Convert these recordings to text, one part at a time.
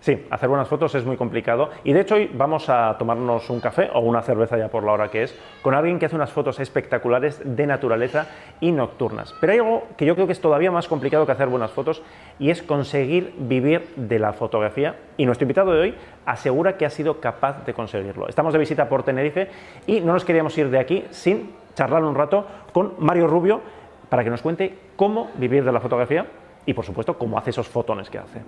Sí, hacer buenas fotos es muy complicado y de hecho hoy vamos a tomarnos un café o una cerveza ya por la hora que es con alguien que hace unas fotos espectaculares de naturaleza y nocturnas. Pero hay algo que yo creo que es todavía más complicado que hacer buenas fotos y es conseguir vivir de la fotografía, y nuestro invitado de hoy asegura que ha sido capaz de conseguirlo. Estamos de visita por Tenerife y no nos queríamos ir de aquí sin charlar un rato con Mario Rubio para que nos cuente cómo vivir de la fotografía y por supuesto cómo hace esos fotones que hace.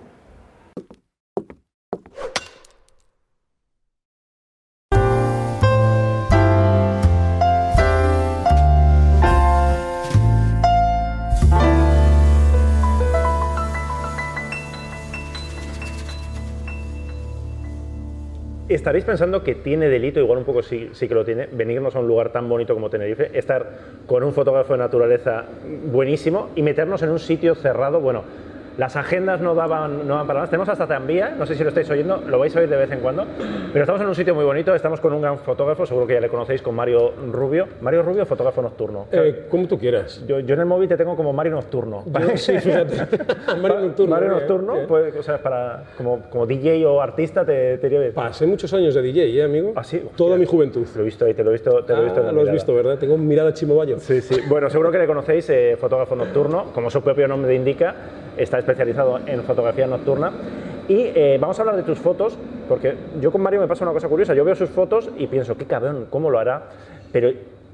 Estaréis pensando que tiene delito, igual un poco sí que lo tiene, venirnos a un lugar tan bonito como Tenerife, estar con un fotógrafo de naturaleza buenísimo y meternos en un sitio cerrado. Bueno, las agendas no daban para más. Tenemos hasta tranvía, no sé si lo estáis oyendo, lo vais a oír de vez en cuando, pero estamos en un sitio muy bonito, estamos con un gran fotógrafo, seguro que ya le conocéis, con Mario Rubio. Mario Rubio, fotógrafo nocturno. Como tú quieras. Yo en el móvil te tengo como Mario Nocturno. Sí, fíjate. Mario Nocturno. Mario Nocturno, pues, o sea, como DJ o artista te iría bien. Pasé muchos años de DJ, amigo. ¿Ah, sí? Toda mi juventud. Lo he visto ahí, te lo he visto. Lo has visto, ¿verdad? Tengo mirada chimobayo. Sí, sí. Bueno, seguro que le conocéis, fotógrafo nocturno, como su propio nombre indica, está especializado en fotografía nocturna. Y vamos a hablar de tus fotos, porque yo con Mario me pasa una cosa curiosa. Yo veo sus fotos y pienso, qué cabrón, ¿cómo lo hará? Pero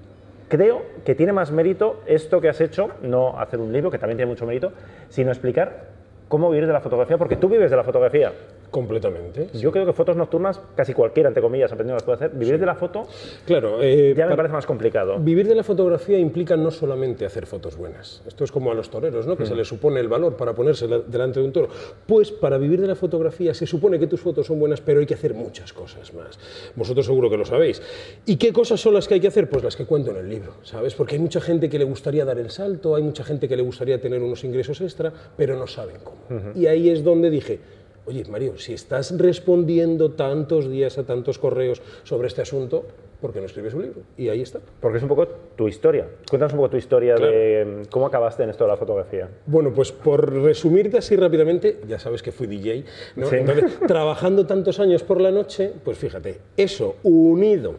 creo que tiene más mérito esto que has hecho, no hacer un libro, que también tiene mucho mérito, sino explicar cómo vivir de la fotografía, porque tú vives de la fotografía. Completamente. Yo creo que fotos nocturnas, casi cualquiera, entre comillas, aprendiendo las puede hacer. Vivir de la foto, claro, ya me parece más complicado. Vivir de la fotografía implica no solamente hacer fotos buenas. Esto es como a los toreros, ¿no? Que se les supone el valor para ponerse delante de un toro. Pues para vivir de la fotografía se supone que tus fotos son buenas, pero hay que hacer muchas cosas más. Vosotros seguro que lo sabéis. ¿Y qué cosas son las que hay que hacer? Pues las que cuento en el libro, ¿sabes? Porque hay mucha gente que le gustaría dar el salto, hay mucha gente que le gustaría tener unos ingresos extra, pero no saben cómo. Y ahí es donde dije, oye, Mario, si estás respondiendo tantos días a tantos correos sobre este asunto, ¿por qué no escribes un libro? Y ahí está. Porque es un poco tu historia. Cuéntanos un poco tu historia, claro, de cómo acabaste en esto de la fotografía. Bueno, pues por resumirte así rápidamente, ya sabes que fui DJ, ¿no? Sí. Entonces, trabajando tantos años por la noche, pues fíjate, eso unido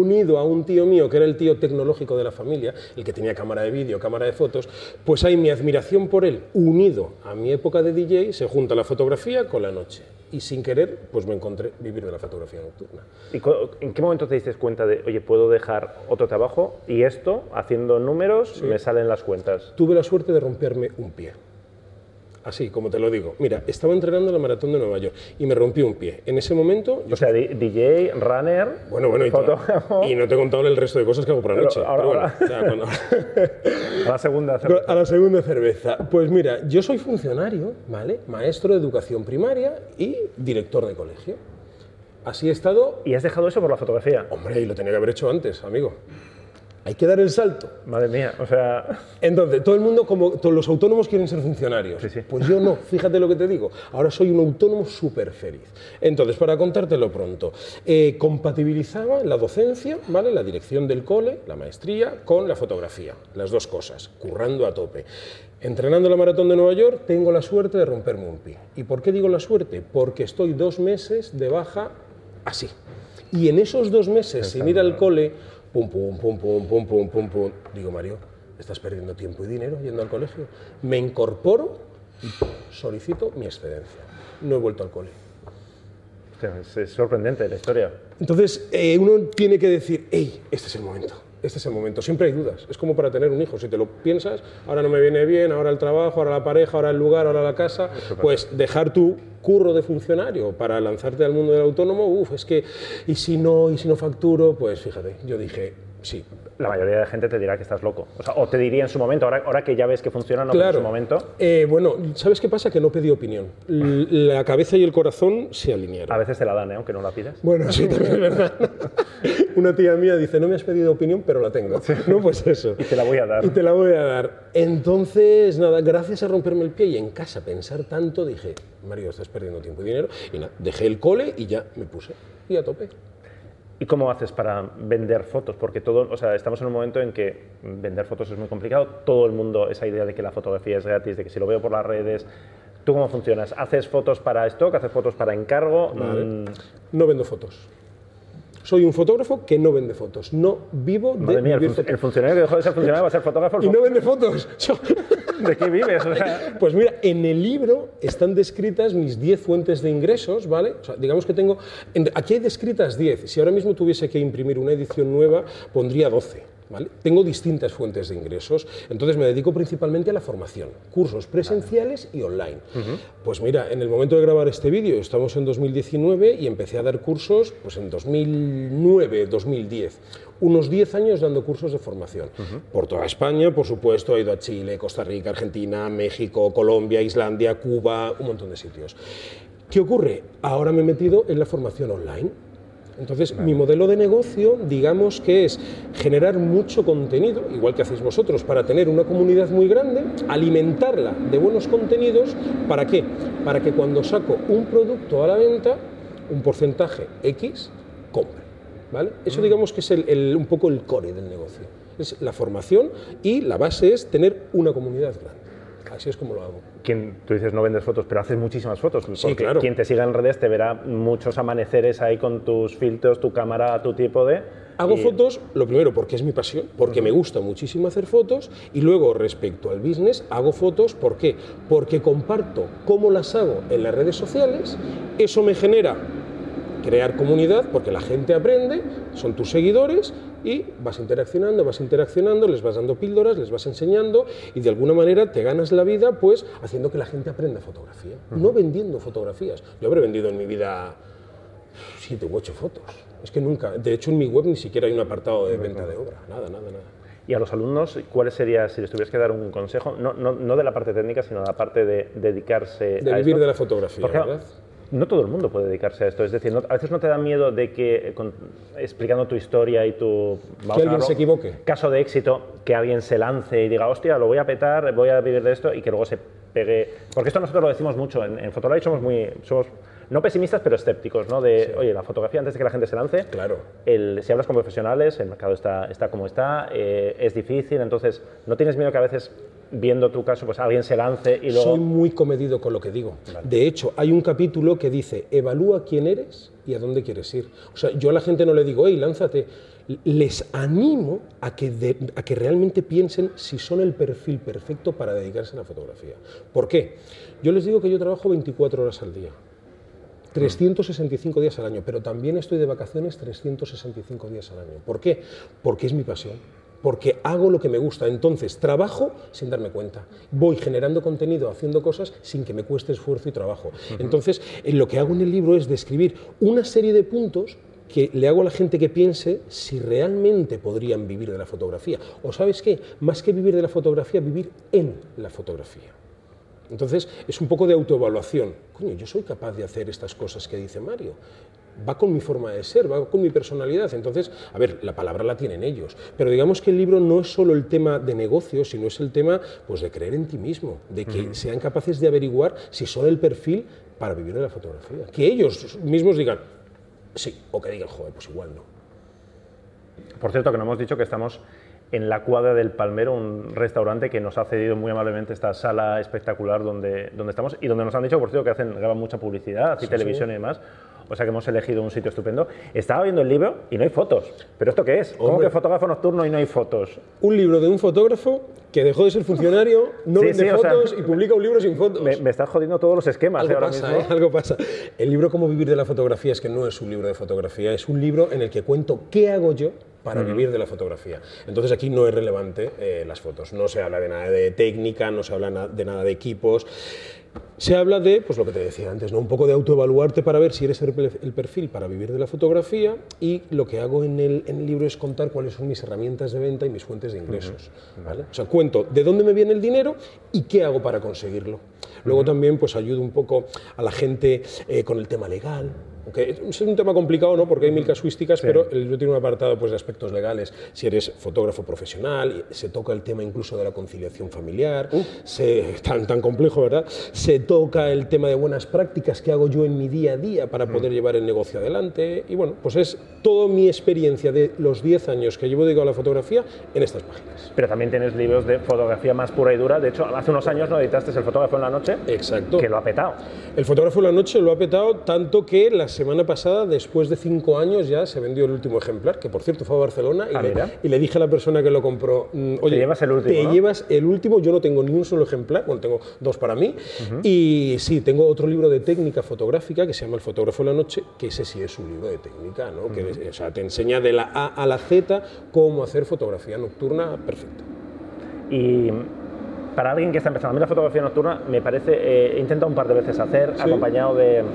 a un tío mío, que era el tío tecnológico de la familia, el que tenía cámara de vídeo, cámara de fotos, pues ahí mi admiración por él, unido a mi época de DJ, se junta la fotografía con la noche. Y sin querer, pues me encontré vivir de la fotografía nocturna. ¿Y en qué momento te diste cuenta de, oye, puedo dejar otro trabajo y esto, haciendo números, sí, me salen las cuentas? Tuve la suerte de romperme un pie. Así, como te lo digo. Mira, estaba entrenando la maratón de Nueva York y me rompí un pie. En ese momento... O sea, DJ, runner, fotógrafo... Y no te he contado el resto de cosas que hago por la noche. A la segunda cerveza. A la segunda cerveza. Pues mira, yo soy funcionario, ¿vale? Maestro de educación primaria y director de colegio. Así he estado... ¿Y has dejado eso por la fotografía? Hombre, y lo tenía que haber hecho antes, amigo. Hay que dar el salto. Madre mía, o sea... Entonces, todo el mundo, como todos los autónomos quieren ser funcionarios. Sí, sí. Pues yo no, fíjate lo que te digo. Ahora soy un autónomo súper feliz. Entonces, para contártelo pronto, compatibilizaba la docencia, ¿vale? La dirección del cole, la maestría, con la fotografía. Las dos cosas, currando a tope. Entrenando la maratón de Nueva York, tengo la suerte de romperme un pie. ¿Y por qué digo la suerte? Porque estoy 2 meses de baja así. Y en esos 2 meses, sin ir al cole... Pum, pum, pum, pum, pum, pum, pum, pum. Digo, Mario, estás perdiendo tiempo y dinero yendo al colegio. Me incorporo y solicito mi excedencia. No he vuelto al cole. Es sorprendente la historia. Entonces, uno tiene que decir, hey, este es el momento. Este es el momento. Siempre hay dudas. Es como para tener un hijo. Si te lo piensas, ahora no me viene bien, ahora el trabajo, ahora la pareja, ahora el lugar, ahora la casa, pues dejar tu curro de funcionario para lanzarte al mundo del autónomo, es que, y si no facturo, pues fíjate, yo dije, sí. La mayoría de gente te dirá que estás loco. O sea, o te diría en su momento, ahora que ya ves que funciona, no, claro, en su momento. Bueno, ¿sabes qué pasa? Que no pedí opinión. La cabeza y el corazón se alinearon. A veces te la dan, aunque no la pides. Bueno, sí, también es verdad. Una tía mía dice, no me has pedido opinión, pero la tengo. Sí. No, pues eso. Y te la voy a dar. Y te la voy a dar. Entonces, nada, gracias a romperme el pie y en casa pensar tanto, dije, Mario, estás perdiendo tiempo y dinero. Y nada, dejé el cole y ya me puse. Y a tope. ¿Y cómo haces para vender fotos? Porque estamos en un momento en que vender fotos es muy complicado. Todo el mundo, esa idea de que la fotografía es gratis, de que si lo veo por las redes, ¿Tú cómo funcionas? ¿Haces fotos para stock? ¿Haces fotos para encargo? Vale. No vendo fotos. Soy un fotógrafo que no vende fotos. No vivo de Madre mía, vivir fotos. el funcionario que dejó de ser funcionario va a ser fotógrafo. Y no vende fotos. ¿De qué vives? O sea, Pues mira, en el libro están descritas mis 10 fuentes de ingresos, ¿vale? O sea, digamos que tengo... Aquí hay descritas 10. Si ahora mismo tuviese que imprimir una edición nueva, pondría 12. ¿Vale? Tengo distintas fuentes de ingresos, entonces me dedico principalmente a la formación, cursos presenciales y online. Pues mira, en el momento de grabar este vídeo, estamos en 2019 y empecé a dar cursos pues en 2009, 2010. Unos 10 años dando cursos de formación. Por toda España, por supuesto, he ido a Chile, Costa Rica, Argentina, México, Colombia, Islandia, Cuba, un montón de sitios. ¿Qué ocurre? Ahora me he metido en la formación online. Entonces, mi modelo de negocio, digamos que es generar mucho contenido, igual que hacéis vosotros, para tener una comunidad muy grande, alimentarla de buenos contenidos, ¿para qué? Para que cuando saco un producto a la venta, un porcentaje X compre, ¿vale? Eso digamos que es un poco el core del negocio. Es la formación y la base es tener una comunidad grande. Así es como lo hago. Tú dices no vendes fotos, pero haces muchísimas fotos. Sí, claro. Quien te siga en redes te verá muchos amaneceres ahí con tus filtros, tu cámara, tu trípode. Hago fotos, lo primero, porque es mi pasión, porque me gusta muchísimo hacer fotos, y luego, respecto al business, hago fotos, ¿por qué? Porque comparto cómo las hago en las redes sociales, eso me genera crear comunidad, porque la gente aprende, son tus seguidores, y vas interaccionando, les vas dando píldoras, les vas enseñando, y de alguna manera te ganas la vida, pues, haciendo que la gente aprenda fotografía, no vendiendo fotografías. Yo habré vendido en mi vida 7 u 8 fotos. Es que nunca, de hecho en mi web ni siquiera hay un apartado de venta de obra, nada. Y a los alumnos, ¿cuál sería, si les tuvieras que dar un consejo, no de la parte técnica, sino de la parte de dedicarse de a vivir esto? de la fotografía, Porque, ¿verdad? No todo el mundo puede dedicarse a esto, es decir, a veces no te da miedo de que, explicando tu historia y tu... Que alguien se equivoque. Caso de éxito, que alguien se lance y diga, hostia, lo voy a petar, voy a vivir de esto, y que luego se pegue... Porque esto nosotros lo decimos mucho, en Fotolari somos no pesimistas, pero escépticos, ¿no? De, sí. Oye, la fotografía, antes de que la gente se lance, claro. Si hablas con profesionales, el mercado está como está, es difícil, entonces, ¿no tienes miedo que a veces, viendo tu caso, pues alguien se lance y luego...? Soy muy comedido con lo que digo. Vale. De hecho, hay un capítulo que dice, evalúa quién eres y a dónde quieres ir. O sea, yo a la gente no le digo, hey, lánzate. Les animo a que realmente piensen si son el perfil perfecto para dedicarse a la fotografía. ¿Por qué? Yo les digo que yo trabajo 24 horas al día. 365 días al año, pero también estoy de vacaciones 365 días al año. ¿Por qué? Porque es mi pasión, porque hago lo que me gusta, entonces trabajo sin darme cuenta, voy generando contenido, haciendo cosas sin que me cueste esfuerzo y trabajo. Entonces, lo que hago en el libro es describir una serie de puntos que le hago a la gente que piense si realmente podrían vivir de la fotografía. O ¿sabes qué? Más que vivir de la fotografía, vivir en la fotografía. Entonces, es un poco de autoevaluación. Coño, yo soy capaz de hacer estas cosas que dice Mario. Va con mi forma de ser, va con mi personalidad. Entonces, a ver, la palabra la tienen ellos. Pero digamos que el libro no es solo el tema de negocio, sino es el tema pues, de creer en ti mismo, de que sean capaces de averiguar si son el perfil para vivir de la fotografía. Que ellos mismos digan, sí, o que digan, joder, pues igual no. Por cierto, que no hemos dicho que estamos en la Cuadra del Palmero, un restaurante que nos ha cedido muy amablemente esta sala espectacular donde estamos y donde nos han dicho, por cierto, que graban mucha publicidad, y televisión y demás. O sea que hemos elegido un sitio estupendo. Estaba viendo el libro y no hay fotos. ¿Pero esto qué es? ¿Cómo que fotógrafo nocturno y no hay fotos? Un libro de un fotógrafo que dejó de ser funcionario, no vende fotos y publica un libro sin fotos. Me estás jodiendo todos los esquemas ahora mismo. Algo pasa. El libro Cómo vivir de la fotografía es que no es un libro de fotografía, es un libro en el que cuento qué hago yo para vivir de la fotografía. Entonces aquí no es relevante las fotos. No se habla de nada de técnica, no se habla de nada de equipos. Se habla de, pues lo que te decía antes, ¿no? Un poco de autoevaluarte para ver si eres el perfil para vivir de la fotografía, y lo que hago en el libro es contar cuáles son mis herramientas de venta y mis fuentes de ingresos. ¿Vale? O sea, cuento de dónde me viene el dinero y qué hago para conseguirlo. Luego también pues ayudo un poco a la gente con el tema legal, Aunque es un tema complicado, ¿no? Porque hay mil casuísticas, pero el libro tiene un apartado pues, de aspectos legales. Si eres fotógrafo profesional, se toca el tema incluso de la conciliación familiar, tan complejo, ¿verdad? Se toca el tema de buenas prácticas que hago yo en mi día a día para poder llevar el negocio adelante. Y bueno, pues es toda mi experiencia de los 10 años que llevo dedicado a la fotografía en estas páginas. Pero también tienes libros de fotografía más pura y dura. De hecho, hace unos años no editaste El fotógrafo en la noche. Exacto. Que lo ha petado. El fotógrafo en la noche lo ha petado tanto que la semana pasada, después de 5 años, ya se vendió el último ejemplar, que por cierto fue a Barcelona, y le dije a la persona que lo compró, oye, te llevas el último, te ¿no? llevas el último, yo no tengo ni un solo ejemplar, bueno, tengo 2 para mí, y sí, tengo otro libro de técnica fotográfica que se llama El fotógrafo en la noche, que ese sí es un libro de técnica, ¿no? Que, o sea, te enseña de la A a la Z cómo hacer fotografía nocturna perfecta. Y para alguien que está empezando, a mí la fotografía nocturna me parece, he intentado un par de veces hacer, acompañado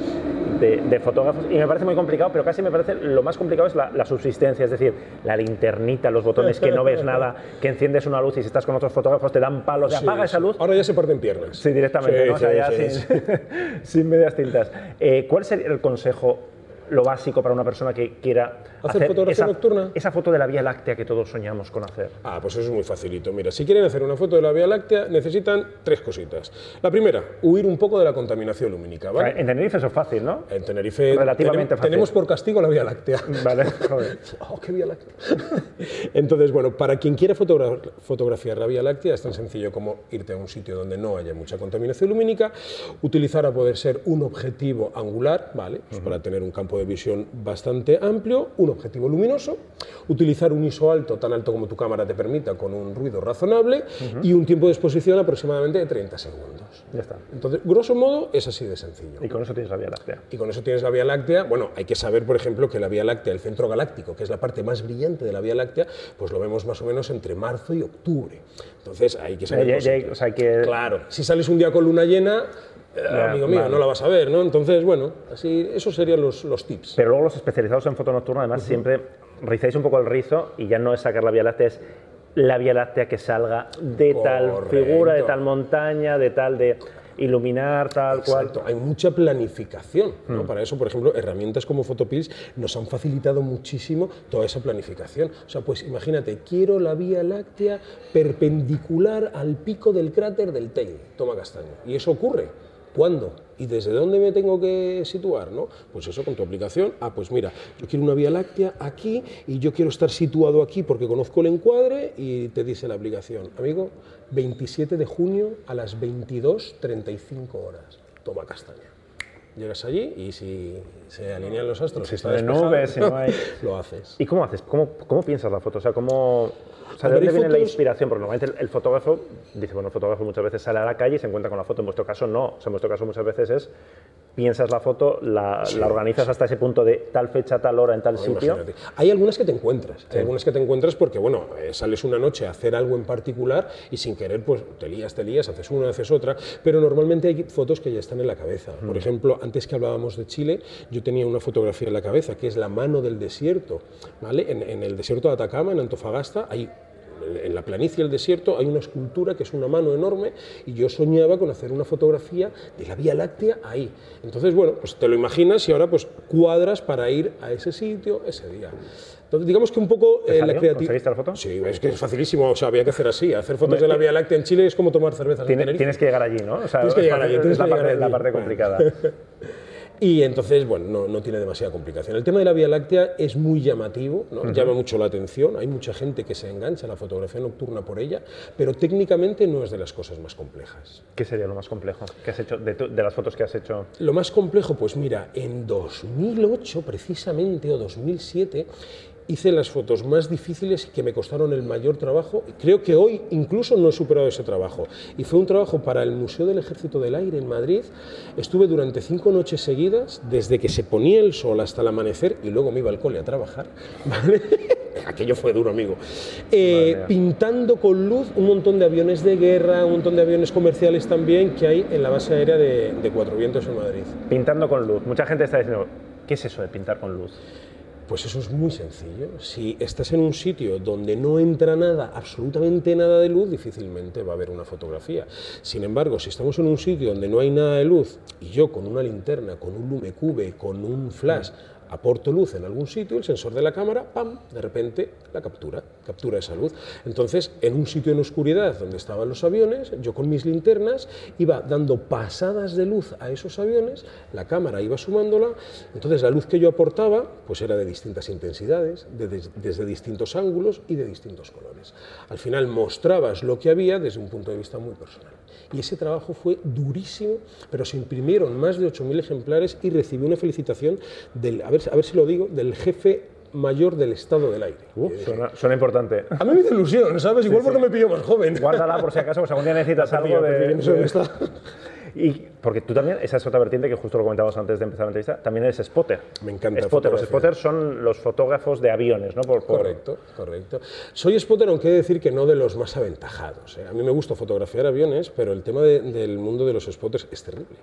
de fotógrafos, y me parece muy complicado, pero casi me parece lo más complicado es la subsistencia, es decir, la linternita, los botones que no ves nada, que enciendes una luz y si estás con otros fotógrafos te dan palos, apaga esa luz. Ahora ya se parten piernas. Sí, directamente, ¿no? O sea, ya sin medias tintas. ¿Cuál sería el consejo, lo básico para una persona que quiera hacer fotografía nocturna? Esa foto de la Vía Láctea que todos soñamos con hacer. Pues eso es muy facilito. Mira, si quieren hacer una foto de la Vía Láctea, necesitan 3 cositas. La primera, huir un poco de la contaminación lumínica, ¿vale? En Tenerife eso es fácil, ¿no? En Tenerife relativamente fácil. Tenemos por castigo la Vía Láctea. Vale, joder. ¡Qué Vía Láctea! Entonces, bueno, para quien quiera fotografiar la Vía Láctea, es tan sencillo como irte a un sitio donde no haya mucha contaminación lumínica, utilizar a poder ser un objetivo angular, ¿vale? Pues para tener un campo de visión bastante amplio, un objetivo luminoso, utilizar un ISO alto, tan alto como tu cámara te permita, con un ruido razonable, y un tiempo de exposición aproximadamente de 30 segundos. Ya está. Entonces, grosso modo, es así de sencillo. Y con eso tienes la Vía Láctea. Y con eso tienes la Vía Láctea. Bueno, hay que saber, por ejemplo, que la Vía Láctea, el centro galáctico, que es la parte más brillante de la Vía Láctea, pues lo vemos más o menos entre marzo y octubre. Entonces, hay que saber... o sea, que... Claro, si sales un día con luna llena, amigo mío, no la vas a ver, ¿no? Entonces, bueno, así, esos serían los tips. Pero luego los especializados en foto nocturna, además, siempre rizáis un poco el rizo y ya no es sacar la Vía Láctea, es la Vía Láctea que salga de tal figura, de tal montaña, de tal de iluminar, tal Exacto. cual. Hay mucha planificación, ¿no? Para eso, por ejemplo, herramientas como Photopills nos han facilitado muchísimo toda esa planificación. O sea, pues imagínate, quiero la Vía Láctea perpendicular al pico del cráter del Teide, toma castaño. Y eso ocurre. ¿Cuándo? ¿Y desde dónde me tengo que situar? ¿No? Pues eso con tu aplicación. Pues mira, yo quiero una Vía Láctea aquí y yo quiero estar situado aquí porque conozco el encuadre y te dice la aplicación, amigo, 27 de junio a las 22:35 horas. Toma castaña. Llegas allí y si se alinean los astros, si está despejado, nubes, si no hay... lo haces. ¿Y cómo haces? ¿Cómo piensas la foto? O sea, ¿de dónde viene la inspiración? Porque normalmente el fotógrafo dice, bueno, el fotógrafo muchas veces sale a la calle y se encuentra con la foto. En vuestro caso no. O sea, en vuestro caso muchas veces piensas la foto, la organizas hasta ese punto de tal fecha, tal hora, en tal sitio. Imagínate. Hay algunas que te encuentras. Hay algunas que te encuentras porque, bueno, sales una noche a hacer algo en particular y sin querer, pues te lías, haces una, haces otra, pero normalmente hay fotos que ya están en la cabeza. Por ejemplo, antes que hablábamos de Chile, yo tenía una fotografía en la cabeza que es la mano del desierto, ¿vale? En el desierto de Atacama, en Antofagasta, en la planicie del desierto hay una escultura que es una mano enorme y yo soñaba con hacer una fotografía de la Vía Láctea ahí. Entonces, bueno, pues te lo imaginas y ahora pues cuadras para ir a ese sitio ese día. Entonces, digamos que un poco la creatividad... ¿Conseguiste la foto? Sí, es que es facilísimo, o sea, había que hacer así. Hacer fotos de la Vía Láctea en Chile es como tomar cervezas en Tenerife. Tienes que llegar allí, ¿no? O sea, tienes que llegar allí. Es la parte complicada. Y entonces, bueno, no tiene demasiada complicación. El tema de la Vía Láctea es muy llamativo, ¿no? Llama mucho la atención, hay mucha gente que se engancha a la fotografía nocturna por ella, pero técnicamente no es de las cosas más complejas. ¿Qué sería lo más complejo que has hecho, de las fotos que has hecho? Lo más complejo, pues mira, en 2008 precisamente, o 2007, hice las fotos más difíciles que me costaron el mayor trabajo. Creo que hoy incluso no he superado ese trabajo. Y fue un trabajo para el Museo del Ejército del Aire en Madrid. Estuve durante 5 noches seguidas, desde que se ponía el sol hasta el amanecer, y luego me iba al cole a trabajar, ¿vale? Aquello fue duro, amigo. Pintando con luz un montón de aviones de guerra, un montón de aviones comerciales también que hay en la base aérea de Cuatro Vientos en Madrid. Pintando con luz. Mucha gente está diciendo, ¿qué es eso de pintar con luz? Pues eso es muy sencillo. Si estás en un sitio donde no entra nada, absolutamente nada de luz, difícilmente va a haber una fotografía. Sin embargo, si estamos en un sitio donde no hay nada de luz y yo con una linterna, con un LumeCube, con un flash, aporto luz en algún sitio, el sensor de la cámara, ¡pam!, de repente la captura esa luz. Entonces, en un sitio en oscuridad donde estaban los aviones, yo con mis linternas iba dando pasadas de luz a esos aviones, la cámara iba sumándola, entonces la luz que yo aportaba pues era de distintas intensidades, desde distintos ángulos y de distintos colores. Al final mostrabas lo que había desde un punto de vista muy personal. Y ese trabajo fue durísimo, pero se imprimieron más de 8.000 ejemplares y recibí una felicitación del, a ver si lo digo, del jefe mayor del Estado del Aire. Suena importante. A mí me hizo ilusión, ¿sabes? Igual porque me pilló más joven. Guárdala por si acaso, pues algún día necesitas algo de... Y porque tú también, esa es otra vertiente que justo lo comentábamos antes de empezar la entrevista, también eres spotter. Me encanta. Los spotters son los fotógrafos de aviones, ¿no? Correcto. Soy spotter, aunque he de decir que no de los más aventajados. A mí me gusta fotografiar aviones, pero el tema del mundo de los spotters es terrible.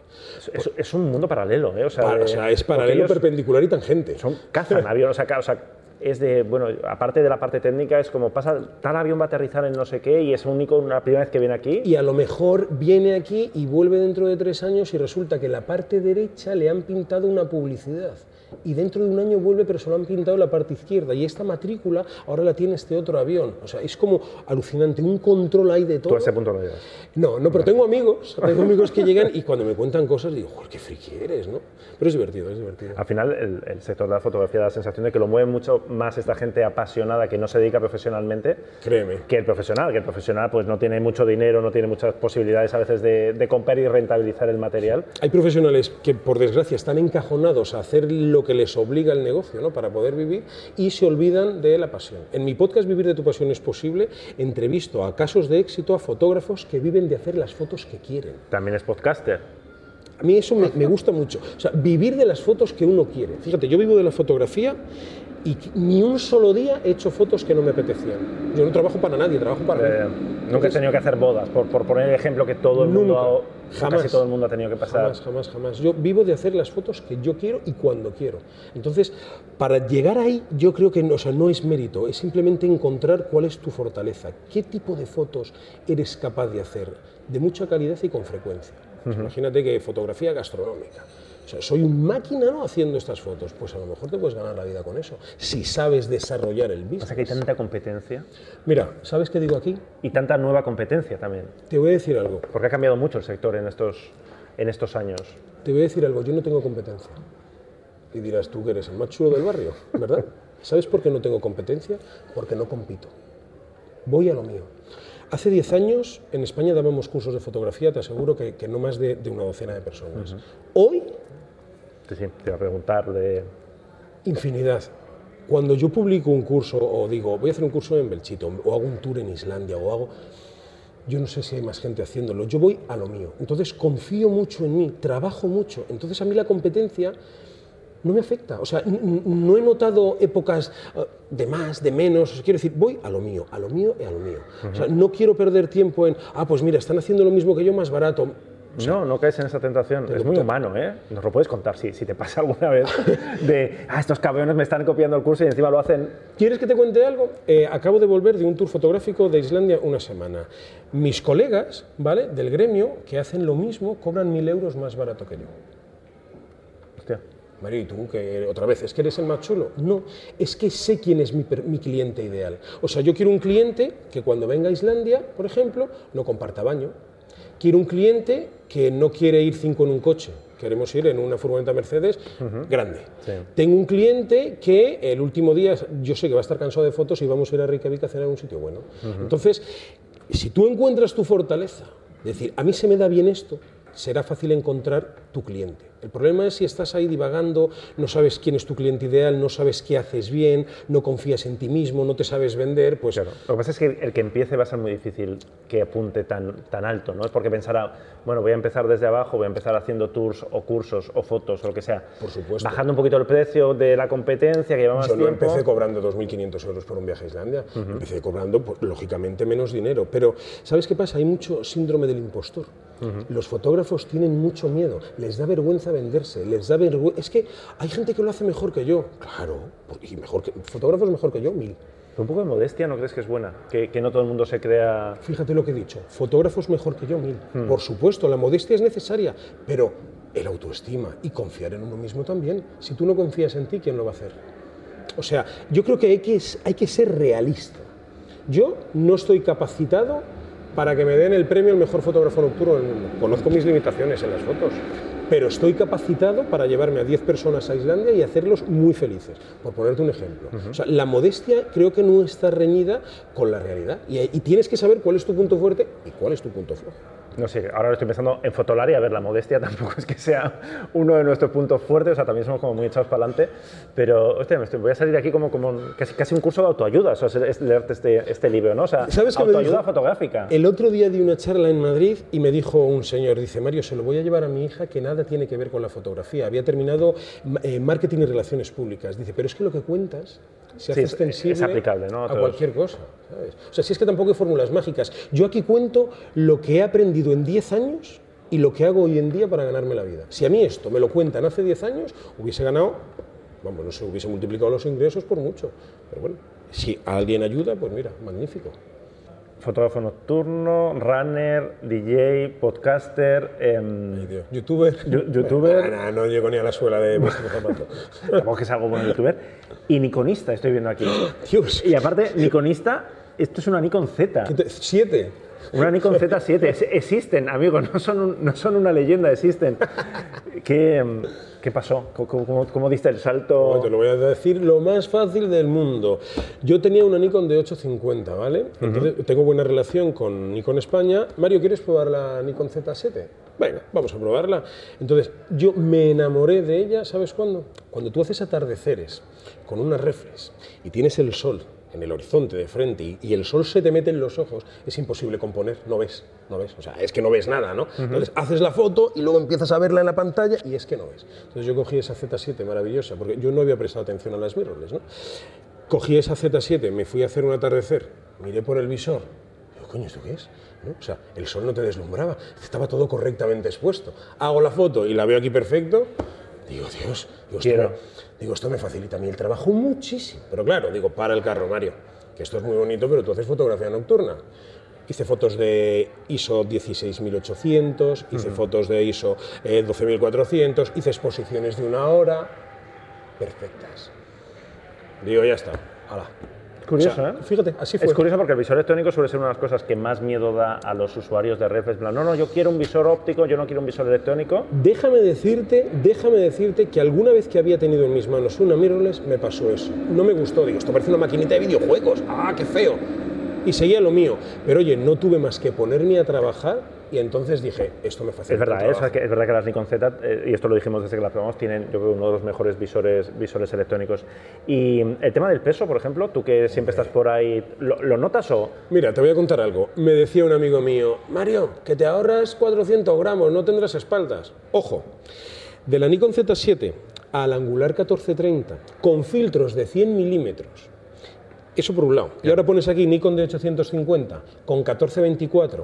Es un mundo paralelo, ¿eh? O sea, es paralelo, perpendicular y tangente. Cazan aviones, o sea, es de, bueno, aparte de la parte técnica, es como pasa, tal avión va a aterrizar en no sé qué y es una primera vez que viene aquí. Y a lo mejor viene aquí y vuelve dentro de 3 años y resulta que la parte derecha le han pintado una publicidad. Y dentro de un año vuelve, pero se lo han pintado la parte izquierda. Y esta matrícula ahora la tiene este otro avión. O sea, es como alucinante. Un control hay de todo. ¿Tú a ese punto no llegas? No, pero tengo amigos que llegan y cuando me cuentan cosas digo, joder, qué friki eres, ¿no? Pero es divertido. Al final, el sector de la fotografía da la sensación de que lo mueve mucho más esta gente apasionada que no se dedica profesionalmente. Créeme. Que el profesional. Que el profesional pues no tiene mucho dinero, no tiene muchas posibilidades a veces de comprar y rentabilizar el material. Hay profesionales que, por desgracia, están encajonados a hacer lo que les obliga el negocio, ¿no?, para poder vivir, y se olvidan de la pasión. En mi podcast Vivir de tu pasión es posible, entrevisto a casos de éxito a fotógrafos que viven de hacer las fotos que quieren. También es podcaster. A mí eso me gusta mucho. O sea, vivir de las fotos que uno quiere. Fíjate, yo vivo de la fotografía y ni un solo día he hecho fotos que no me apetecían. Yo no trabajo para nadie, trabajo para mí. Nunca he tenido que hacer bodas, por poner el ejemplo que todo el mundo, casi todo el mundo ha tenido que pasar. Jamás. Yo vivo de hacer las fotos que yo quiero y cuando quiero. Entonces, para llegar ahí, yo creo que no es mérito, es simplemente encontrar cuál es tu fortaleza, qué tipo de fotos eres capaz de hacer, de mucha calidad y con frecuencia. Pues imagínate que fotografía gastronómica. O sea, soy un máquina, ¿no?, haciendo estas fotos. Pues a lo mejor te puedes ganar la vida con eso, si sabes desarrollar el business. O sea, que hay tanta competencia. Mira, ¿sabes qué digo aquí? Y tanta nueva competencia también. Te voy a decir algo. Porque ha cambiado mucho el sector en estos años. Te voy a decir algo, yo no tengo competencia. Y dirás tú que eres el más chulo del barrio, ¿verdad? ¿Sabes por qué no tengo competencia? Porque no compito. Voy a lo mío. Hace 10 años en España dábamos cursos de fotografía, te aseguro que no más de una docena de personas. Hoy... Sí, te iba a preguntar de... Infinidad. Cuando yo publico un curso o digo, voy a hacer un curso en Belchite o hago un tour en Islandia o hago... Yo no sé si hay más gente haciéndolo, yo voy a lo mío. Entonces confío mucho en mí, trabajo mucho. Entonces a mí la competencia no me afecta. O sea, no he notado épocas de más, de menos. O sea, quiero decir, voy a lo mío y a lo mío. O sea, no quiero perder tiempo en, pues mira, están haciendo lo mismo que yo más barato. O sea, no caes en esa tentación. Es muy humano, ¿eh? Nos lo puedes contar si te pasa alguna vez de, estos cabrones me están copiando el curso y encima lo hacen. ¿Quieres que te cuente algo? Acabo de volver de un tour fotográfico de Islandia una semana. Mis colegas, ¿vale?, del gremio, que hacen lo mismo, cobran 1.000 euros más barato que yo. Hostia. Mario, ¿y tú que otra vez es que eres el más chulo? No, es que sé quién es mi cliente ideal. O sea, yo quiero un cliente que cuando venga a Islandia, por ejemplo, no comparta baño. Quiero un cliente que no quiere ir 5 en un coche, queremos ir en una furgoneta Mercedes grande. Sí. Tengo un cliente que el último día, yo sé que va a estar cansado de fotos y vamos a ir a Reykjavik a cenar en un sitio bueno. Entonces, si tú encuentras tu fortaleza, es decir, a mí se me da bien esto, será fácil encontrar tu cliente. El problema es si estás ahí divagando, no sabes quién es tu cliente ideal, no sabes qué haces bien, no confías en ti mismo, no te sabes vender, pues... Claro. Lo que pasa es que el que empiece va a ser muy difícil que apunte tan alto, ¿no? Es porque pensará, bueno, voy a empezar desde abajo, voy a empezar haciendo tours o cursos o fotos o lo que sea. Por supuesto. Bajando un poquito el precio de la competencia, que lleva más tiempo. Yo no empecé cobrando 2.500 euros por un viaje a Islandia, empecé cobrando, pues, lógicamente, menos dinero. Pero, ¿sabes qué pasa? Hay mucho síndrome del impostor. Los fotógrafos tienen mucho miedo. les da vergüenza venderse, les da vergüenza. Es que hay gente que lo hace mejor que yo, claro, y fotógrafos mejor que yo, 1000. Pero un poco de modestia, ¿no crees que es buena? Que no todo el mundo se crea... Fíjate lo que he dicho, fotógrafos mejor que yo, 1000. Por supuesto, la modestia es necesaria, pero el autoestima y confiar en uno mismo también. Si tú no confías en ti, ¿quién lo va a hacer? O sea, yo creo que hay que ser realista. Yo no estoy capacitado para que me den el premio al mejor fotógrafo nocturno del mundo. Conozco mis limitaciones en las fotos, pero estoy capacitado para llevarme a 10 personas a Islandia y hacerlos muy felices, por ponerte un ejemplo. O sea, la modestia creo que no está reñida con la realidad y tienes que saber cuál es tu punto fuerte y cuál es tu punto flojo. No sé, ahora estoy pensando en Fotolari, a ver, la modestia tampoco es que sea uno de nuestros puntos fuertes, o sea, también somos como muy echados para adelante, pero, hostia, voy a salir de aquí como casi un curso de autoayuda, o sea, es leerte este libro, ¿no? O sea, ¿sabes qué autoayuda me dijo? Fotográfica. El otro día di una charla en Madrid y me dijo un señor, dice, Mario, se lo voy a llevar a mi hija que nada tiene que ver con la fotografía, había terminado marketing y relaciones públicas, dice, pero es que lo que cuentas se hace extensible es aplicable, ¿no? a cualquier cosa, ¿sabes? O sea, si es que tampoco hay fórmulas mágicas. Yo aquí cuento lo que he aprendido en 10 años y lo que hago hoy en día para ganarme la vida. Si a mí esto me lo cuentan hace 10 años, hubiese ganado, vamos, no sé, hubiese multiplicado los ingresos por mucho. Pero bueno, si alguien ayuda, pues mira, magnífico. Fotógrafo nocturno, runner, DJ, podcaster, youtuber. Youtuber. Bueno, no llego ni a la suela de vuestro zapato. Tampoco que es algo bueno youtuber. Y nikonista, estoy viendo aquí. Dios. Y aparte, nikonista, esto es una Nikon Z. 7. Una Nikon Z7. Existen, amigos, no son una leyenda, existen. ¿Qué pasó? ¿Cómo diste el salto? Bueno, te lo voy a decir lo más fácil del mundo. Yo tenía una Nikon de 850, ¿vale? Entonces, tengo buena relación con Nikon España. Mario, ¿quieres probar la Nikon Z7? Venga, vamos a probarla. Entonces, yo me enamoré de ella, ¿sabes cuándo? Cuando tú haces atardeceres con una reflex y tienes el sol en el horizonte de frente y el sol se te mete en los ojos, es imposible componer, no ves, o sea, es que no ves nada, ¿no? Entonces haces la foto y luego empiezas a verla en la pantalla y es que no ves. Entonces yo cogí esa Z7 maravillosa, porque yo no había prestado atención a las mirrorless, ¿no? Cogí esa Z7, me fui a hacer un atardecer, miré por el visor, digo, coño, ¿esto qué es? ¿No? O sea, el sol no te deslumbraba, estaba todo correctamente expuesto. Hago la foto y la veo aquí perfecto, digo, Dios, esto me facilita a mí el trabajo muchísimo. Pero claro, digo, para el carro, Mario, que esto es muy bonito, pero tú haces fotografía nocturna. Hice fotos de ISO 16800, hice fotos de ISO 12400, hice exposiciones de 1 hora, perfectas. Digo, ya está, hala. Curioso, o sea, fíjate, así fue. Es curioso porque el visor electrónico suele ser una de las cosas que más miedo da a los usuarios de reflex. No, yo quiero un visor óptico, yo no quiero un visor electrónico. Déjame decirte que alguna vez que había tenido en mis manos una mirrorless me pasó eso. No me gustó, digo, esto parece una maquinita de videojuegos, ¡ah, qué feo! Y seguía lo mío, pero oye, no tuve más que ponerme a trabajar y entonces dije, esto me facilita el trabajo. Es verdad que las Nikon Z, y esto lo dijimos desde que las probamos, tienen, yo creo, uno de los mejores visores electrónicos. Y el tema del peso, por ejemplo, tú que siempre estás por ahí, ¿lo notas o...? Mira, te voy a contar algo. Me decía un amigo mío, Mario, que te ahorras 400 gramos, no tendrás espaldas. Ojo, de la Nikon Z7 al Angular 1430, con filtros de 100 milímetros, eso por un lado. Y ahora pones aquí Nikon de 850 con 1424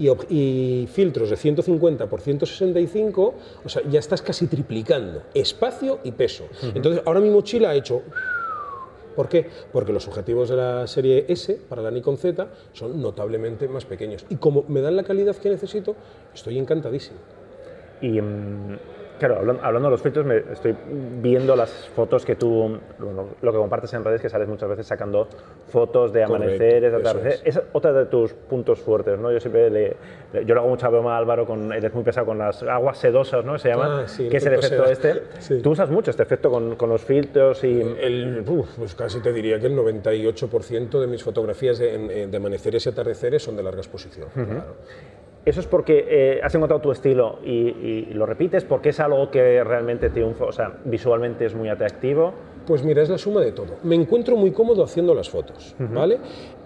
y filtros de 150 por 165, o sea, ya estás casi triplicando espacio y peso. Entonces, ahora mi mochila ha hecho... ¿Por qué? Porque los objetivos de la serie S para la Nikon Z son notablemente más pequeños. Y como me dan la calidad que necesito, estoy encantadísimo. Y... Claro, hablando de los filtros, estoy viendo las fotos que tú, lo que compartes en redes, que sales muchas veces sacando fotos de amaneceres, de atardeceres. Es otra de tus puntos fuertes, ¿no? Yo siempre yo le hago mucha broma a Álvaro, él es muy pesado con las aguas sedosas, ¿no? Se llama, sí, que es el efecto este. Sí. Tú usas mucho este efecto con los filtros y... Pues casi te diría que el 98% de mis fotografías de amaneceres y atardeceres son de larga exposición. Claro. ¿Eso es porque has encontrado tu estilo y lo repites? ¿Porque es algo que realmente triunfa? O sea, visualmente es muy atractivo. Pues mira, es la suma de todo. Me encuentro muy cómodo haciendo las fotos, ¿vale?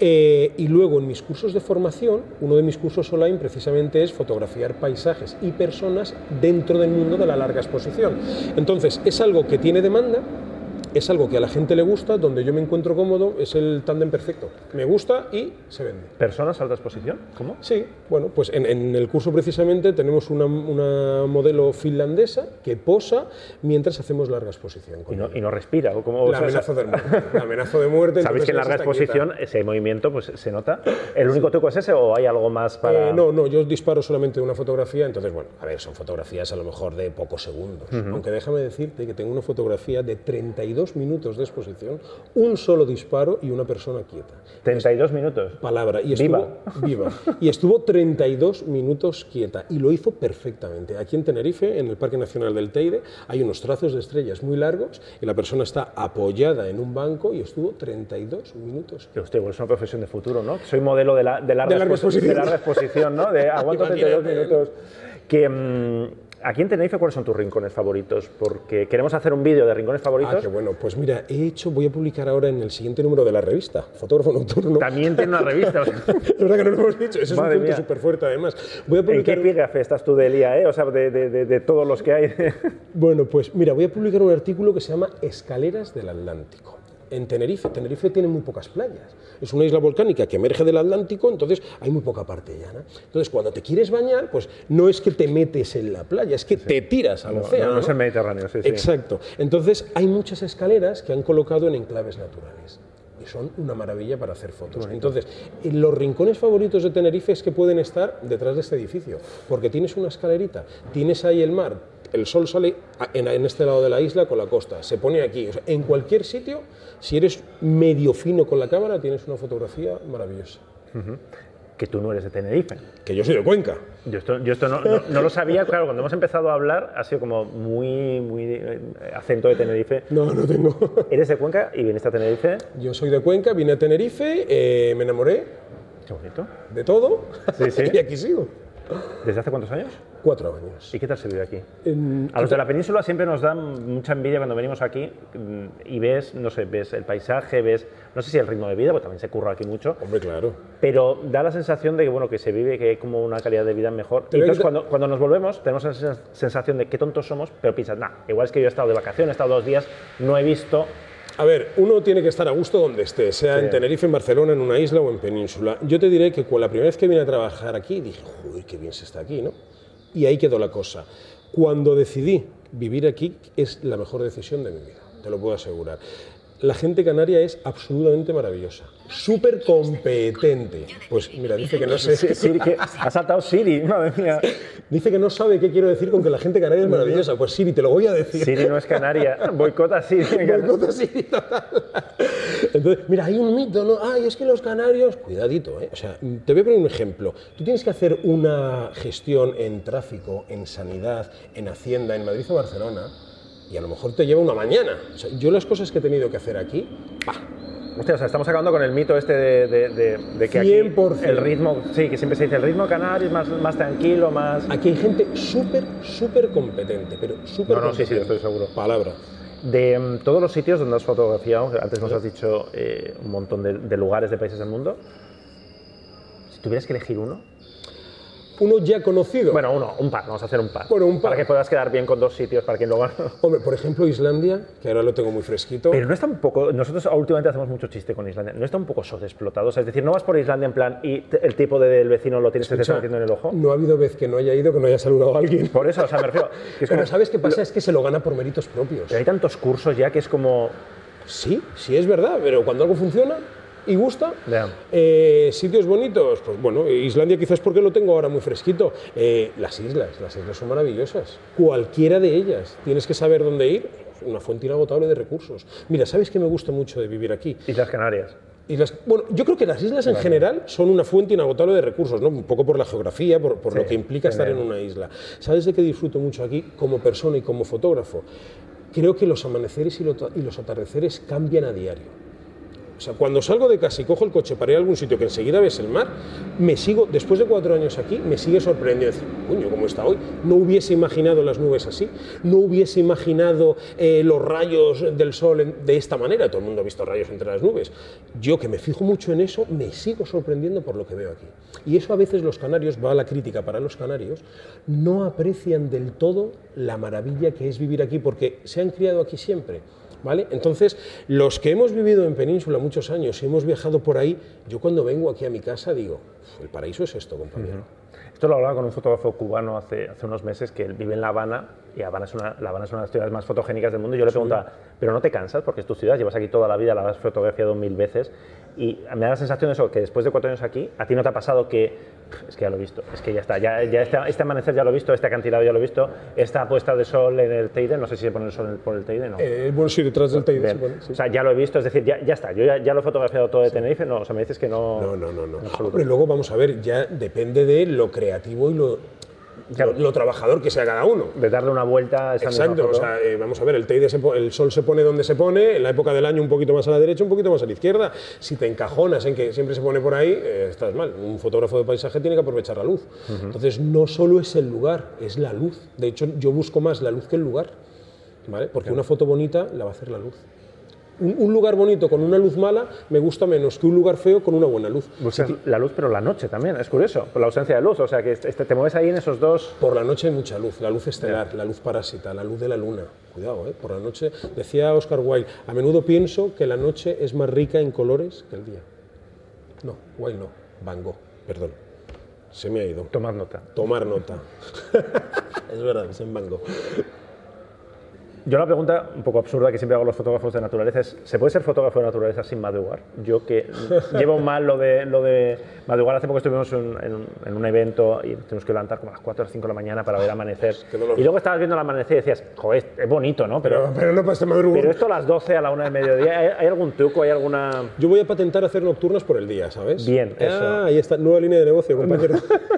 Y luego en mis cursos de formación, uno de mis cursos online precisamente es fotografiar paisajes y personas dentro del mundo de la larga exposición. Entonces, es algo que tiene demanda es algo que a la gente le gusta, donde yo me encuentro cómodo, es el tándem perfecto. Me gusta y se vende. ¿Personas alta exposición? ¿Cómo? Sí, bueno, pues en el curso precisamente tenemos una modelo finlandesa que posa mientras hacemos larga exposición. Y no respira. ¿O cómo? La amenaza de muerte. La amenaza de muerte. ¿Sabéis que en larga exposición ese movimiento pues, se nota? ¿El único truco es ese o hay algo más para...? No, yo disparo solamente una fotografía, entonces, bueno, a ver, son fotografías a lo mejor de pocos segundos. Aunque déjame decirte que tengo una fotografía de 32 minutos de exposición, un solo disparo y una persona quieta. 32 minutos. Palabra. Y estuvo, viva. Y estuvo 32 minutos quieta y lo hizo perfectamente. Aquí en Tenerife, en el Parque Nacional del Teide, hay unos trazos de estrellas muy largos y la persona está apoyada en un banco y estuvo 32 minutos. Hostia, pues es una profesión de futuro, ¿no? Soy modelo de larga exposición, ¿no? De aguanto 32 minutos. Aquí en Tenerife, ¿cuáles son tus rincones favoritos? Porque queremos hacer un vídeo de rincones favoritos. Qué bueno. Pues mira, voy a publicar ahora en el siguiente número de la revista, Fotógrafo Nocturno. También tiene una revista. Es verdad que no lo hemos dicho, ese es un punto súper fuerte además. ¿En qué epígrafe estás tú de Elía, O sea, de todos los que hay. Bueno, pues mira, voy a publicar un artículo que se llama Escaleras del Atlántico. En Tenerife tiene muy pocas playas. Es una isla volcánica que emerge del Atlántico, entonces hay muy poca parte llana. Entonces, cuando te quieres bañar, pues no es que te metes en la playa, es que te tiras al océano. No es el Mediterráneo, sí. Exacto. Entonces, hay muchas escaleras que han colocado en enclaves naturales. Y son una maravilla para hacer fotos. Entonces, los rincones favoritos de Tenerife es que pueden estar detrás de este edificio, porque tienes una escalerita, tienes ahí el mar, el sol sale en este lado de la isla con la costa, se pone aquí. O sea, en cualquier sitio, si eres medio fino con la cámara, tienes una fotografía maravillosa. Que tú no eres de Tenerife. Que yo soy de Cuenca. Yo esto no lo sabía, claro, cuando hemos empezado a hablar ha sido como muy acento de Tenerife. No tengo. ¿Eres de Cuenca y viniste a Tenerife? Yo soy de Cuenca, vine a Tenerife, me enamoré. Qué bonito. De todo. Sí. Y aquí sigo. ¿Desde hace cuántos años? 4 años. ¿Y qué tal se vive aquí? A los de la península siempre nos da mucha envidia cuando venimos aquí y ves, no sé, ves el paisaje, ves, no sé si el ritmo de vida, porque también se curra aquí mucho. Hombre, claro. Pero da la sensación de que, bueno, que se vive, que hay como una calidad de vida mejor. Y entonces cuando nos volvemos tenemos esa sensación de qué tontos somos, pero piensas, igual es que yo he estado de vacaciones, he estado 2 días, no he visto... A ver, uno tiene que estar a gusto donde esté, sea en Tenerife, en Barcelona, en una isla o en península. Yo te diré que la primera vez que vine a trabajar aquí, dije, joder, qué bien se está aquí, ¿no? Y ahí quedó la cosa. Cuando decidí vivir aquí, es la mejor decisión de mi vida, te lo puedo asegurar. La gente canaria es absolutamente maravillosa, súper competente. Pues mira, dice que no sé... Siri, que ha saltado Siri, madre mía. Dice que no sabe qué quiero decir con que la gente canaria es maravillosa. Pues Siri, te lo voy a decir. Siri no es canaria, boicota Siri. Boicota Siri, total. Entonces, mira, hay un mito, ¿no? Ay, es que los canarios... Cuidadito, ¿eh? O sea, te voy a poner un ejemplo. Tú tienes que hacer una gestión en tráfico, en sanidad, en Hacienda, en Madrid o Barcelona, y a lo mejor te lleva una mañana. O sea, yo las cosas que he tenido que hacer aquí, Hostia, o sea, estamos acabando con el mito este de que 100%. Aquí el ritmo, sí, que siempre se dice el ritmo canario es más tranquilo, más... Aquí hay gente súper competente, pero súper competente. Sí, estoy seguro. Palabra. De todos los sitios donde has fotografiado, antes nos has dicho un montón de lugares, de países del mundo, si tuvieras que elegir uno... Uno ya conocido. Bueno, un par, vamos a hacer un par. Bueno, un par. Para que puedas quedar bien con 2 sitios, para quien luego... Hombre, por ejemplo, Islandia, que ahora lo tengo muy fresquito. Pero no está un poco... Nosotros últimamente hacemos mucho chiste con Islandia. ¿No está un poco sobreexplotado? O sea, es decir, no vas por Islandia en plan y el tipo del vecino lo tienes que estar metiendo en el ojo. No ha habido vez que no haya ido, que no haya saludado a alguien. Por eso, o sea, me refiero... Que es pero como, ¿sabes qué pasa? Es que se lo gana por méritos propios. Pero hay tantos cursos ya que es como... Sí es verdad, pero cuando algo funciona... ¿Y gusta? Sitios bonitos, pues bueno, Islandia quizás porque lo tengo ahora muy fresquito. Las islas son maravillosas, cualquiera de ellas. Tienes que saber dónde ir, una fuente inagotable de recursos. Mira, ¿sabes qué me gusta mucho de vivir aquí? Islas Canarias. Bueno, yo creo que las islas en general son una fuente inagotable de recursos, ¿no? Un poco por la geografía, por lo que implica estar en una isla. ¿Sabes de qué disfruto mucho aquí como persona y como fotógrafo? Creo que los amaneceres y los atardeceres cambian a diario. O sea, cuando salgo de casa y cojo el coche para ir a algún sitio que enseguida ves el mar, después de 4 años aquí, me sigue sorprendiendo. Coño, ¿cómo está hoy? No hubiese imaginado las nubes así, no hubiese imaginado los rayos del sol de esta manera. Todo el mundo ha visto rayos entre las nubes. Yo, que me fijo mucho en eso, me sigo sorprendiendo por lo que veo aquí. Y eso a veces los canarios, va a la crítica para los canarios, no aprecian del todo la maravilla que es vivir aquí, porque se han criado aquí siempre. ¿vale? Entonces, los que hemos vivido en Península muchos años y hemos viajado por ahí, yo cuando vengo aquí a mi casa digo, el paraíso es esto, compañero. Esto lo hablaba con un fotógrafo cubano hace unos meses, que él vive en La Habana, y La Habana es una de las ciudades más fotogénicas del mundo, y yo le preguntaba, ¿pero no te cansas? Porque es tu ciudad, llevas aquí toda la vida, la has fotografiado 1000 veces, y me da la sensación de eso, que después de 4 años aquí, ¿a ti no te ha pasado que es que ya lo he visto, es que ya está, ya este amanecer ya lo he visto, este acantilado ya lo he visto, esta puesta de sol en el Teide, no sé si se pone el sol por el Teide, ¿no? Bueno, sí, detrás del Teide se pone, sí. O sea, ya lo he visto, es decir, ya está, yo ya lo he fotografiado todo de Tenerife, no, o sea, me dices que no... No. Hombre, luego vamos a ver, ya depende de lo creativo y lo trabajador que sea cada uno. De darle una vuelta a esa misma Exacto, foto. o sea, vamos a ver, el Teide, el sol se pone donde se pone, en la época del año un poquito más a la derecha, un poquito más a la izquierda. Si te encajonas en que siempre se pone por ahí, estás mal. Un fotógrafo de paisaje tiene que aprovechar la luz. Entonces, no solo es el lugar, es la luz. De hecho, yo busco más la luz que el lugar, ¿vale? Porque una foto bonita la va a hacer la luz. Un lugar bonito con una luz mala me gusta menos que un lugar feo con una buena luz. Buscas la luz, pero la noche también, es curioso, por la ausencia de luz, o sea que te mueves ahí en esos dos... Por la noche hay mucha luz, la luz estelar, la luz parásita, la luz de la luna. Cuidado, por la noche. Decía Oscar Wilde, a menudo pienso que la noche es más rica en colores que el día. No, Wilde no, Van Gogh, perdón. Se me ha ido. Tomar nota. Tomar nota. Es verdad, es en Van Gogh. Yo la pregunta un poco absurda que siempre hago a los fotógrafos de naturaleza es, ¿se puede ser fotógrafo de naturaleza sin madrugar? Yo que llevo mal lo de madrugar, hace poco estuvimos en un evento y tenemos que levantar como a las 4 o 5 de la mañana para ver amanecer. Y luego estabas viendo el amanecer y decías, joder, es bonito, ¿no? Pero no para este madrugar. Pero esto a las 12, a la 1 del mediodía, ¿hay algún truco, hay alguna...? Yo voy a patentar hacer nocturnas por el día, ¿sabes? Bien, eso. Ahí está, nueva línea de negocio, compañero.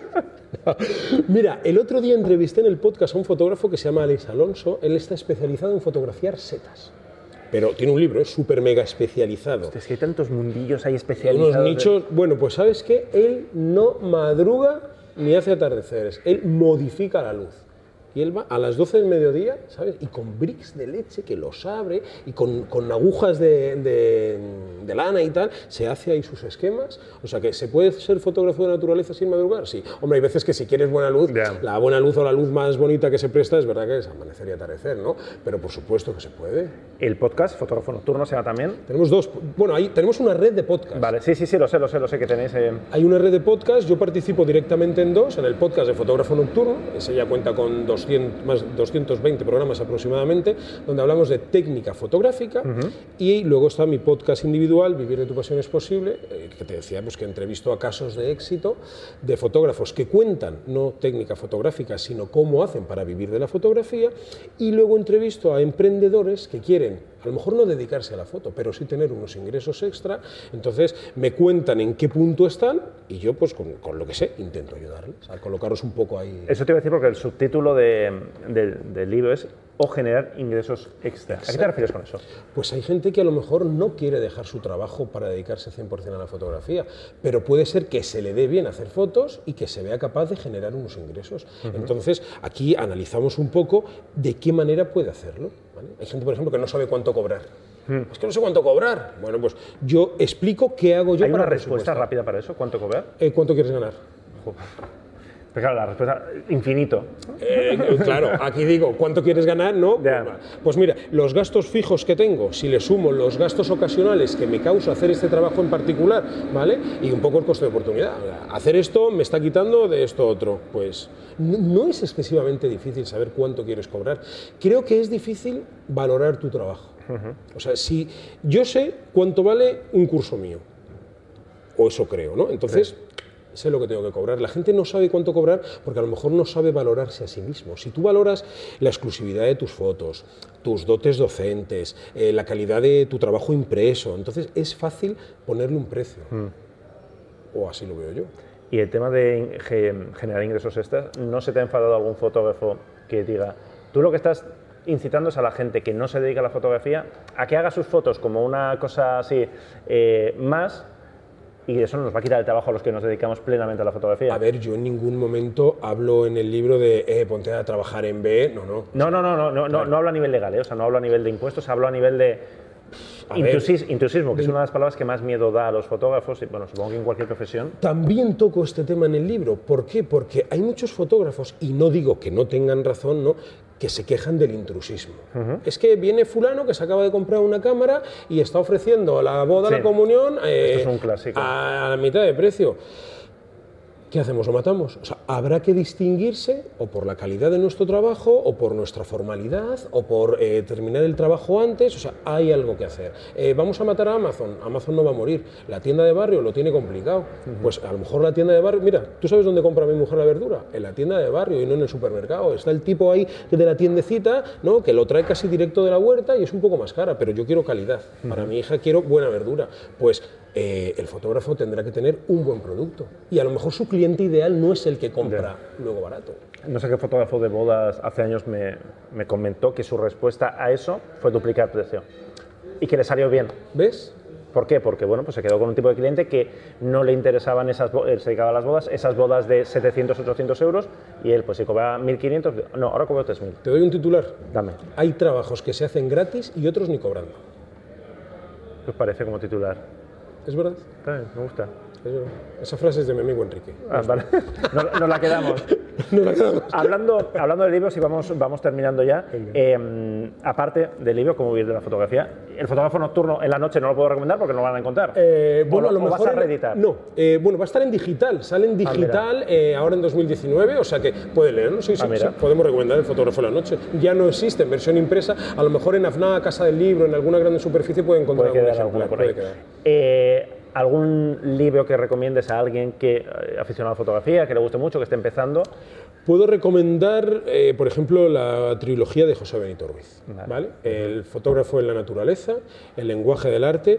Mira, el otro día entrevisté en el podcast a un fotógrafo que se llama Alex Alonso. Él está especializado en fotografiar setas. Pero tiene un libro, es súper mega especializado. Es que hay tantos mundillos ahí especializados. Unos nichos... Bueno, pues ¿sabes qué? Él no madruga ni hace atardeceres. Él modifica la luz. Y él va a las 12 del mediodía, ¿sabes? Y con bricks de leche que los abre y con agujas de lana y tal, se hace ahí sus esquemas. O sea que se puede ser fotógrafo de naturaleza sin madrugar, sí. Hombre, hay veces que si quieres buena luz, la buena luz o la luz más bonita que se presta es verdad que es amanecer y atardecer, ¿no? Pero por supuesto que se puede. ¿El podcast, Fotógrafo Nocturno, se llama también? Tenemos dos, bueno, ahí tenemos una red de podcast. Vale, sí, lo sé que tenéis. Hay una red de podcast, yo participo directamente en dos, en el podcast de Fotógrafo Nocturno, ese ya cuenta con más 220 programas aproximadamente, donde hablamos de técnica fotográfica, y luego está mi podcast individual, Vivir de tu pasión es posible, que te decía pues, que entrevisto a casos de éxito de fotógrafos que cuentan no técnica fotográfica, sino cómo hacen para vivir de la fotografía, y luego entrevisto a emprendedores que quieren, a lo mejor no dedicarse a la foto, pero sí tener unos ingresos extra, entonces me cuentan en qué punto están y yo pues con lo que sé intento ayudarles a colocaros un poco ahí. Eso te iba a decir porque el subtítulo del libro es o generar ingresos extra. ¿A qué te refieres con eso? Pues hay gente que a lo mejor no quiere dejar su trabajo para dedicarse 100% a la fotografía, pero puede ser que se le dé bien hacer fotos y que se vea capaz de generar unos ingresos. Entonces, aquí analizamos un poco de qué manera puede hacerlo, ¿vale? Hay gente, por ejemplo, que no sabe cuánto cobrar. Es que no sé cuánto cobrar. Bueno, pues yo explico qué hago yo ¿Hay para una respuesta rápida para eso? ¿Cuánto cobrar? ¿Cuánto quieres ganar? Pero claro, la respuesta, infinito. Claro, aquí digo, ¿cuánto quieres ganar? No. Pues mira, los gastos fijos que tengo, si le sumo los gastos ocasionales que me causa hacer este trabajo en particular, ¿vale? Y un poco el coste de oportunidad. Hacer esto me está quitando de esto otro. Pues no es excesivamente difícil saber cuánto quieres cobrar. Creo que es difícil valorar tu trabajo. O sea, si yo sé cuánto vale un curso mío, o eso creo, ¿no? Entonces... sé lo que tengo que cobrar. La gente no sabe cuánto cobrar porque a lo mejor no sabe valorarse a sí mismo. Si tú valoras la exclusividad de tus fotos, tus dotes docentes, la calidad de tu trabajo impreso, entonces es fácil ponerle un precio. O así lo veo yo. Y el tema de generar ingresos extras, ¿no se te ha enfadado algún fotógrafo que diga, tú lo que estás incitando es a la gente que no se dedica a la fotografía a que haga sus fotos como una cosa así más, y eso nos va a quitar el trabajo a los que nos dedicamos plenamente a la fotografía? A ver, yo en ningún momento hablo en el libro de ponte a trabajar en B, no. No hablo a nivel legal, o sea, no hablo a nivel de impuestos, hablo a nivel de intrusismo, que es una de las palabras que más miedo da a los fotógrafos, y bueno, supongo que en cualquier profesión. También toco este tema en el libro. ¿Por qué? Porque hay muchos fotógrafos, y no digo que no tengan razón, ¿no?, que se quejan del intrusismo. Es que viene fulano que se acaba de comprar una cámara y está ofreciendo la boda, la comunión esto es un clásico. A la mitad de precio. ¿Qué hacemos? ¿Lo matamos? O sea, habrá que distinguirse o por la calidad de nuestro trabajo o por nuestra formalidad o por terminar el trabajo antes. O sea, hay algo que hacer. ¿Vamos a matar a Amazon? Amazon no va a morir. La tienda de barrio lo tiene complicado. Pues a lo mejor la tienda de barrio... Mira, ¿tú sabes dónde compra mi mujer la verdura? En la tienda de barrio y no en el supermercado. Está el tipo ahí de la tiendecita, ¿no?, que lo trae casi directo de la huerta y es un poco más cara, pero yo quiero calidad. Para mi hija quiero buena verdura. Pues el fotógrafo tendrá que tener un buen producto. Y a lo mejor su cliente ideal no es el que compra luego barato. No sé qué fotógrafo de bodas hace años me comentó que su respuesta a eso fue duplicar precio y que le salió bien. ¿Ves? ¿Por qué? Porque bueno, pues se quedó con un tipo de cliente que no le interesaban se dedicaba a las bodas, esas bodas de 700, 800 euros, y él pues si cobraba 1.500, no, ahora cobro 3.000. ¿Te doy un titular? Dame. Hay trabajos que se hacen gratis y otros ni cobrando. ¿Qué os parece como titular? ¿Es verdad? Está bien, me gusta. Esa frase es de mi amigo Enrique. Vale. Nos la quedamos. Hablando de libros, y vamos terminando ya, aparte del libro, Cómo vivir de la fotografía, el fotógrafo nocturno en la noche no lo puedo recomendar porque no lo van a encontrar. Bueno, a lo mejor vas a reeditar. No, bueno, va a estar en digital, sale en digital ahora en 2019, o sea que puede leerlo, sí, podemos recomendar El fotógrafo de la noche. Ya no existe en versión impresa, a lo mejor en AFNAC, Casa del Libro, en alguna gran superficie puede encontrar algún ejemplar. Puede quedar. ¿Algún libro que recomiendes a alguien que aficionado a la fotografía, que le guste mucho, que esté empezando? Puedo recomendar, por ejemplo, la trilogía de José Benito Ruiz, ¿vale? El fotógrafo en la naturaleza, El lenguaje del arte.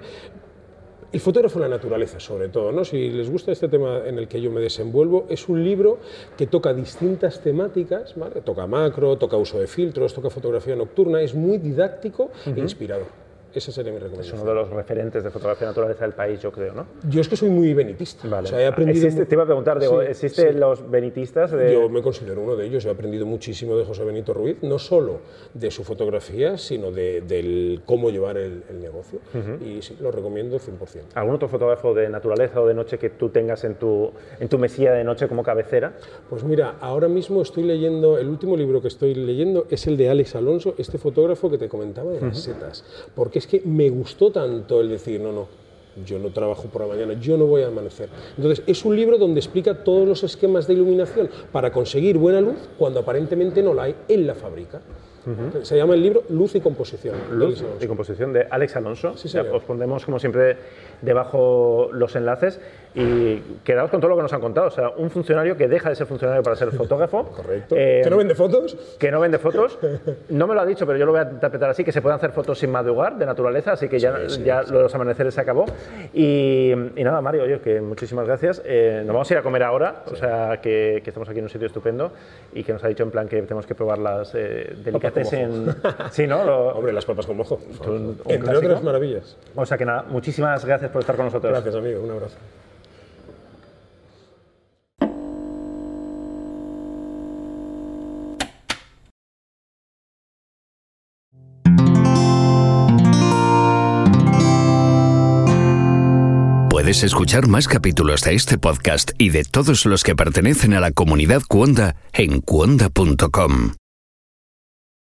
El fotógrafo en la naturaleza, sobre todo, ¿no? Si les gusta este tema en el que yo me desenvuelvo, es un libro que toca distintas temáticas, ¿vale? Toca macro, toca uso de filtros, toca fotografía nocturna, es muy didáctico e inspirador. Esa sería mi recomendación. Es uno de los referentes de fotografía naturaleza del país, yo creo, ¿no? Yo es que soy muy benitista. Vale. O sea, he aprendido... Te iba a preguntar, digo, ¿existen los benitistas? Yo me considero uno de ellos. He aprendido muchísimo de José Benito Ruiz, no solo de su fotografía, sino del cómo llevar el negocio. Y sí, lo recomiendo 100%. ¿Algún otro fotógrafo de naturaleza o de noche que tú tengas en tu mesilla de noche como cabecera? Pues mira, ahora mismo estoy leyendo, el último libro que estoy leyendo es el de Alex Alonso, este fotógrafo que te comentaba de las setas. Porque es que me gustó tanto el decir, no, yo no trabajo por la mañana, yo no voy a amanecer. Entonces, es un libro donde explica todos los esquemas de iluminación para conseguir buena luz cuando aparentemente no la hay en la fábrica. Se llama el libro Luz y Composición. Luz y Composición de Alex Alonso. Sí, señor. Os pondremos, como siempre, debajo los enlaces y quedaos con todo lo que nos han contado. O sea, un funcionario que deja de ser funcionario para ser fotógrafo. Correcto. ¿Que no vende fotos? Que no vende fotos. No me lo ha dicho, pero yo lo voy a interpretar así, que se pueden hacer fotos sin madrugar, de naturaleza, así que ya lo de los amaneceres se acabó. Y nada, Mario, oye, que muchísimas gracias. Nos vamos a ir a comer ahora, o sea, que estamos aquí en un sitio estupendo y que nos ha dicho en plan que tenemos que probar las delicatessen. Sí, ¿no? Hombre, las papas con mojo. Entre otras maravillas. O sea que nada, muchísimas gracias por estar con nosotros. Gracias, amigo. Un abrazo. Puedes escuchar más capítulos de este podcast y de todos los que pertenecen a la comunidad Cuonda en cuonda.com.